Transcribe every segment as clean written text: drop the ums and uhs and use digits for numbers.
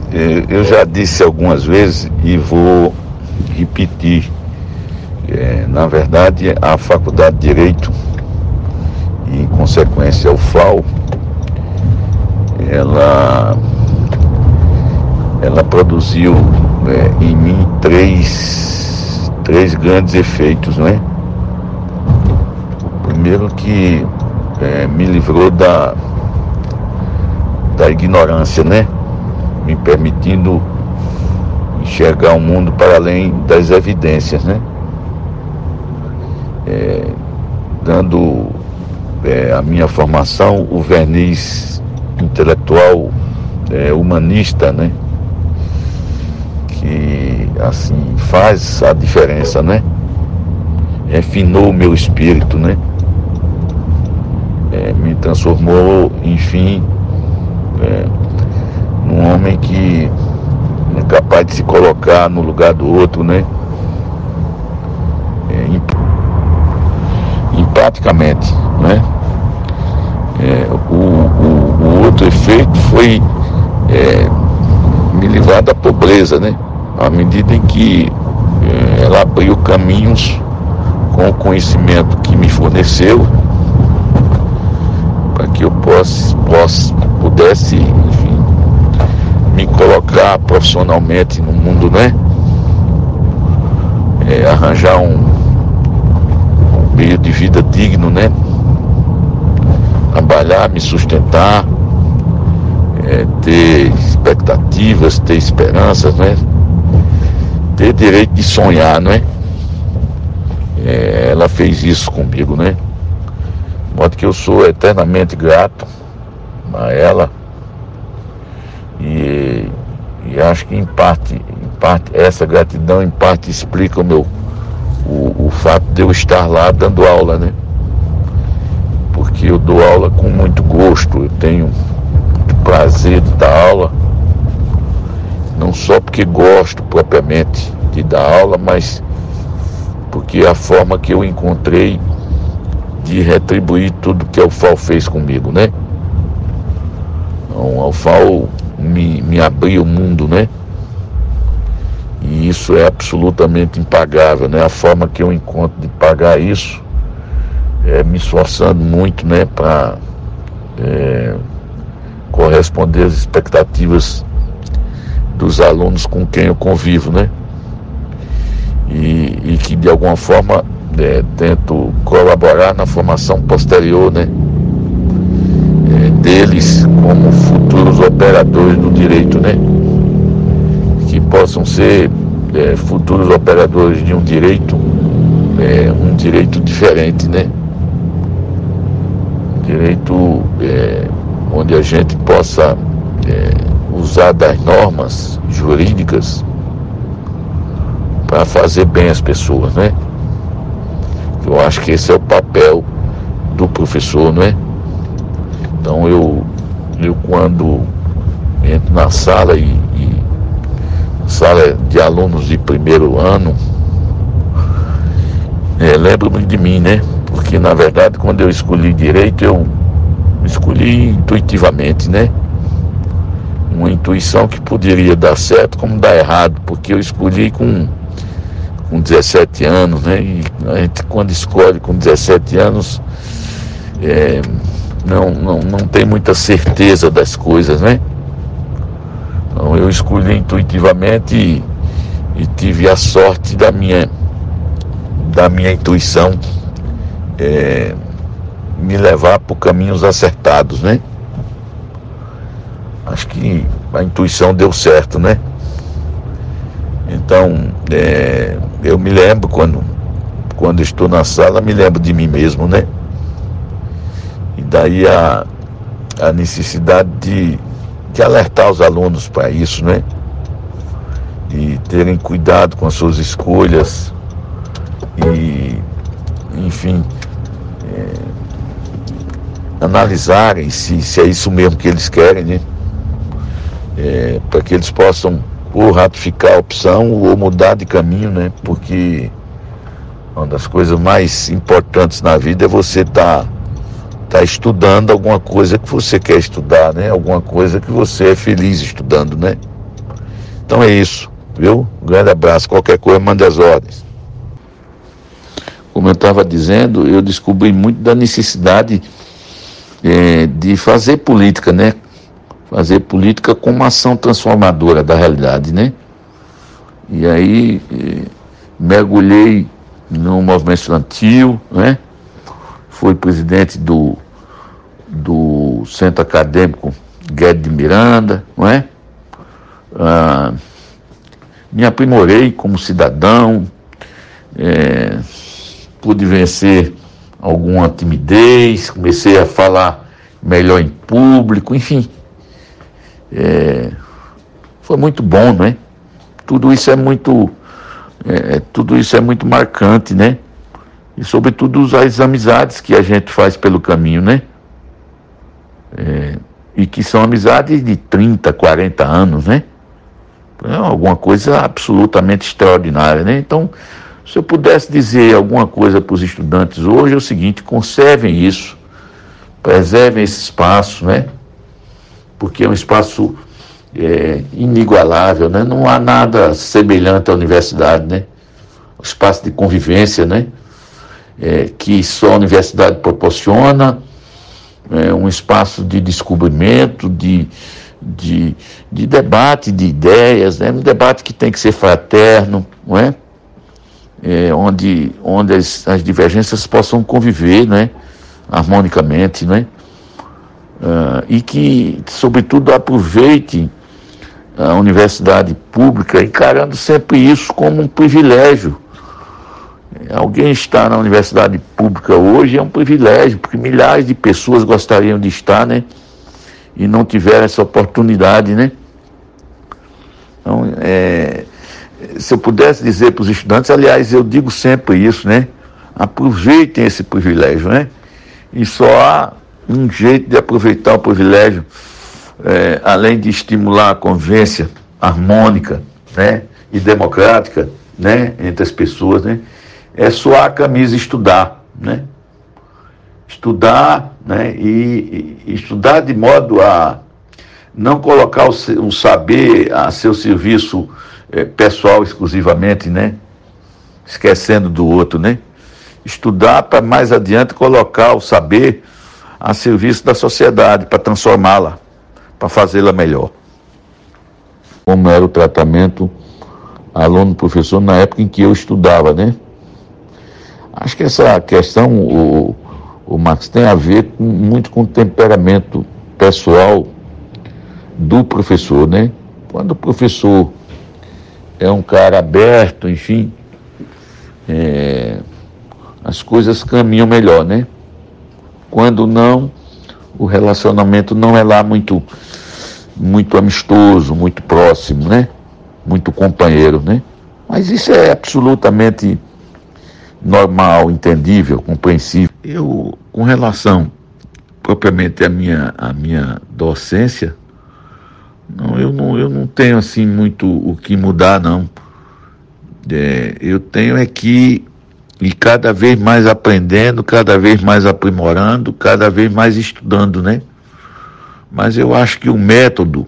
eu já disse algumas vezes e vou repetir. Na verdade, a Faculdade de Direito e, em consequência, o FAO, ela produziu em mim três grandes efeitos, não é? Primeiro, que me livrou da ignorância, né? Me permitindo enxergar o mundo para além das evidências, né? Dando a minha formação o verniz intelectual humanista, né? Que assim faz a diferença, né? Refinou o meu espírito, né? Me transformou, enfim, num homem que é capaz de se colocar no lugar do outro, né? Empaticamente, né? O outro efeito foi me livrar da pobreza, né? À medida em que ela abriu caminhos com o conhecimento que me forneceu para que eu pudesse, enfim, me colocar profissionalmente no mundo, né? Arranjar um meio de vida digno, né? Trabalhar, me sustentar, ter expectativas, ter esperanças, né? Ter direito de sonhar, né? Ela fez isso comigo, né? De modo que eu sou eternamente grato a ela e acho que em parte essa gratidão em parte explica o fato de eu estar lá dando aula, né? Porque eu dou aula com muito gosto, eu tenho muito prazer de dar aula, não só porque gosto propriamente de dar aula, mas porque é a forma que eu encontrei de retribuir tudo que a UFAL fez comigo, né? Então, a UFAL me abriu o mundo, né? E isso é absolutamente impagável, né? A forma que eu encontro de pagar isso é me esforçando muito, né? Para corresponder às expectativas dos alunos com quem eu convivo, né? E que de alguma forma tento colaborar na formação posterior, né? Deles como futuros operadores do direito, né? Que possam ser futuros operadores de um direito diferente, né? Um direito onde a gente possa usar das normas jurídicas para fazer bem as pessoas, né? Eu acho que esse é o papel do professor, não é? Então eu quando entro na sala sala de alunos de primeiro ano, lembro-me de mim, né? Porque na verdade quando eu escolhi direito, eu escolhi intuitivamente, né? Uma intuição que poderia dar certo como dar errado, porque eu escolhi com 17 anos, né? E a gente quando escolhe com 17 anos não tem muita certeza das coisas, né? Então eu escolhi intuitivamente e tive a sorte da minha intuição me levar por caminhos acertados, né? Acho que a intuição deu certo, né? Então eu me lembro quando estou na sala, me lembro de mim mesmo, né? E daí a necessidade de alertar os alunos para isso, né? De terem cuidado com as suas escolhas e, enfim, analisarem se é isso mesmo que eles querem, né? Para que eles possam ou ratificar a opção ou mudar de caminho, né? Porque uma das coisas mais importantes na vida é você tá estudando alguma coisa que você quer estudar, né? Alguma coisa que você é feliz estudando, né? Então é isso, viu? Um grande abraço, qualquer coisa mande as ordens. Como eu estava dizendo, eu descobri muito da necessidade de fazer política, né? Fazer política como uma ação transformadora da realidade, né? E aí mergulhei no movimento estudantil, né? Fui presidente do Centro Acadêmico Guedes de Miranda, não é? Me aprimorei como cidadão, pude vencer alguma timidez, comecei a falar melhor em público, enfim. Foi muito bom, né? Tudo isso é muito marcante, né? E sobretudo as amizades que a gente faz pelo caminho, né? E que são amizades de 30, 40 anos, né? É alguma coisa absolutamente extraordinária, né? Então, se eu pudesse dizer alguma coisa para os estudantes hoje, é o seguinte: conservem isso, preservem esse espaço, né? Porque é um espaço inigualável, né? Não há nada semelhante à universidade, né? O espaço de convivência, né? Que só a universidade proporciona, um espaço de descobrimento, de debate de ideias, né? Um debate que tem que ser fraterno, não é? Onde as divergências possam conviver, né? Harmonicamente, né? E que, sobretudo, aproveite a universidade pública, encarando sempre isso como um privilégio. Alguém estar na universidade pública hoje é um privilégio, porque milhares de pessoas gostariam de estar, né? E não tiveram essa oportunidade, né? Então, se eu pudesse dizer para os estudantes, aliás, eu digo sempre isso, né? Aproveitem esse privilégio, né? E só há um jeito de aproveitar o privilégio, além de estimular a convivência harmônica, né? E democrática, né? Entre as pessoas, né? É suar a camisa e estudar, né? Estudar, né? E estudar de modo a não colocar o saber a seu serviço pessoal exclusivamente, né? Esquecendo do outro, né? Estudar para mais adiante colocar o saber a serviço da sociedade, para transformá-la, para fazê-la melhor. Como era o tratamento aluno-professor na época em que eu estudava, né? Acho que essa questão, o Max, tem a ver muito com o temperamento pessoal do professor, né? Quando o professor é um cara aberto, enfim, as coisas caminham melhor, né? Quando não, o relacionamento não é lá muito amistoso, muito próximo, né? Muito companheiro, né? Mas isso é absolutamente normal, entendível, compreensível. Eu, com relação propriamente à minha docência, eu não tenho assim muito o que mudar, não. Eu tenho que ir cada vez mais aprendendo, cada vez mais aprimorando, cada vez mais estudando, né? Mas eu acho que o método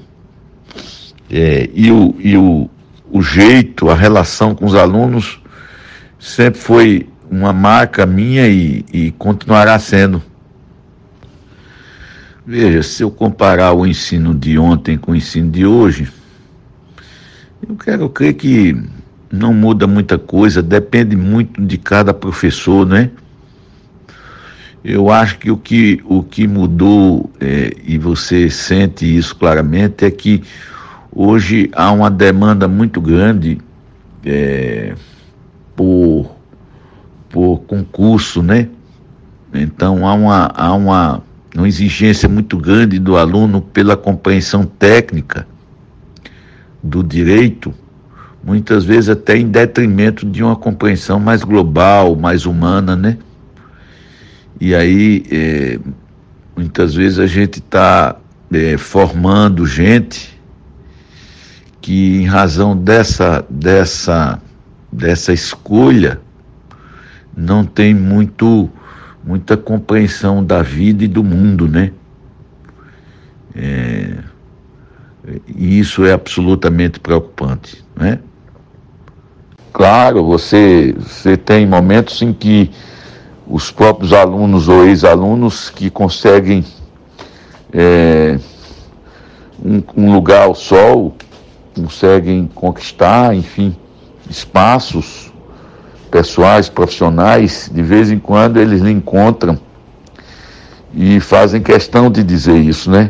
o jeito, a relação com os alunos sempre foi uma marca minha e continuará sendo. Veja, se eu comparar o ensino de ontem com o ensino de hoje, eu quero crer que não muda muita coisa, depende muito de cada professor, né? Eu acho que o que mudou, e você sente isso claramente, é que hoje há uma demanda muito grande por concurso, né? Então há uma exigência muito grande do aluno pela compreensão técnica do direito, muitas vezes até em detrimento de uma compreensão mais global, mais humana, né? E aí, muitas vezes a gente está formando gente que, em razão dessa escolha, não tem muita compreensão da vida e do mundo, né? E isso é absolutamente preocupante, né? Claro, você tem momentos em que os próprios alunos ou ex-alunos que conseguem um lugar ao sol, conseguem conquistar, enfim, espaços pessoais, profissionais, de vez em quando eles lhe encontram e fazem questão de dizer isso, né?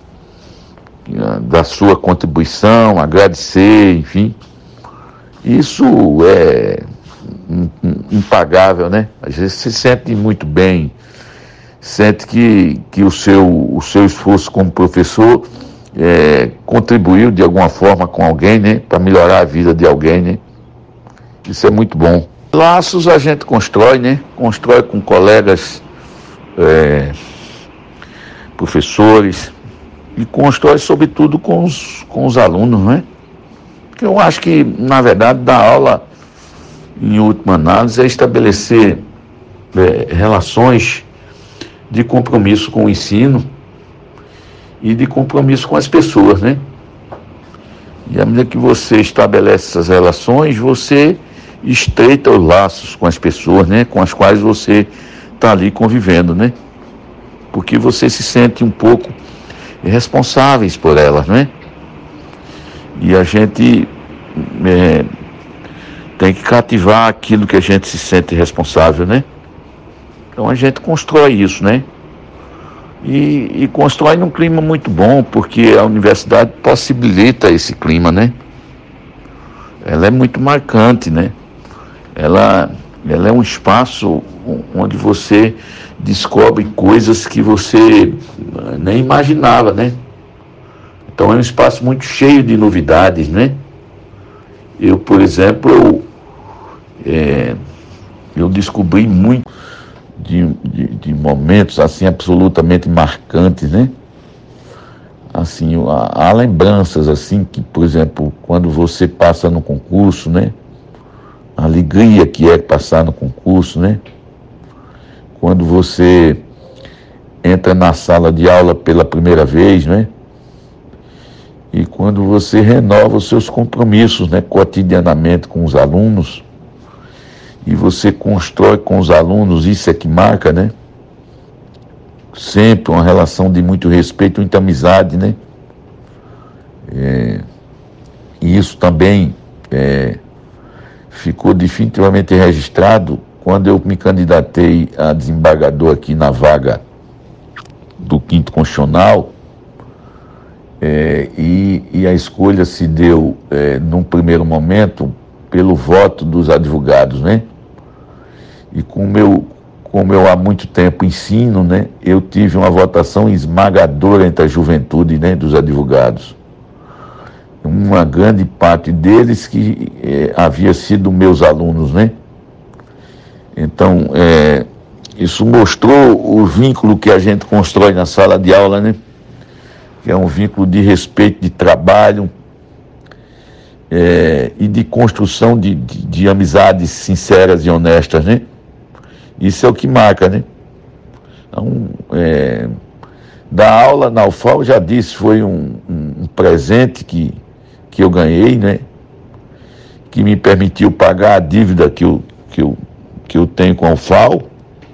Da sua contribuição, agradecer, enfim. Isso é impagável, né? Às vezes se sente muito bem, sente que o seu esforço como professor contribuiu de alguma forma com alguém, né? Para melhorar a vida de alguém, né? Isso é muito bom. Laços a gente constrói, né? Constrói com colegas, professores, e constrói sobretudo com os alunos, né? Porque eu acho que, na verdade, dar aula, em última análise, é estabelecer relações de compromisso com o ensino e de compromisso com as pessoas, né? E à medida que você estabelece essas relações, você estreita os laços com as pessoas, né? Com as quais você está ali convivendo, né? Porque você se sente um pouco responsáveis por elas, né? E a gente tem que cativar aquilo que a gente se sente responsável, né? Então a gente constrói isso, né? E constrói num clima muito bom, porque a universidade possibilita esse clima, né? Ela é muito marcante, né? Ela é um espaço onde você descobre coisas que você nem imaginava, né? Então é um espaço muito cheio de novidades, né? Eu, por exemplo, eu descobri muito de momentos assim absolutamente marcantes, né? Assim, há lembranças assim que, por exemplo, quando você passa no concurso, né? A alegria que é passar no concurso, né? Quando você entra na sala de aula pela primeira vez, né? E quando você renova os seus compromissos, né, cotidianamente com os alunos, e você constrói com os alunos, isso é que marca, né? Sempre uma relação de muito respeito, muita amizade, né? E isso também ficou definitivamente registrado quando eu me candidatei a desembargador aqui na vaga do 5º Constitucional. E a escolha se deu, num primeiro momento, pelo voto dos advogados, né? E como eu há muito tempo ensino, né, eu tive uma votação esmagadora entre a juventude, né, dos advogados. Uma grande parte deles que havia sido meus alunos, né? Então, isso mostrou o vínculo que a gente constrói na sala de aula, né? Que é um vínculo de respeito, de trabalho e de construção de amizades sinceras e honestas, né? Isso é o que marca, né? Então, dar aula na UFAL, já disse, foi um presente que eu ganhei, né? Que me permitiu pagar a dívida que eu tenho com a UFAL,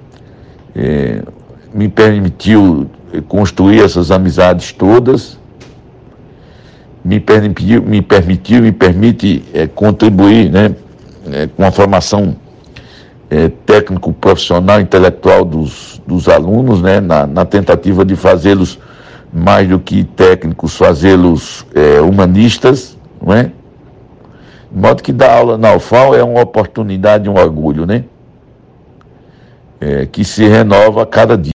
me permitiu construir essas amizades todas, me permite contribuir, né, com a formação técnico-profissional, intelectual dos alunos, né, na tentativa de fazê-los mais do que técnicos, fazê-los humanistas, não é? De modo que dar aula na UFAL é uma oportunidade, um orgulho, né? Que se renova a cada dia.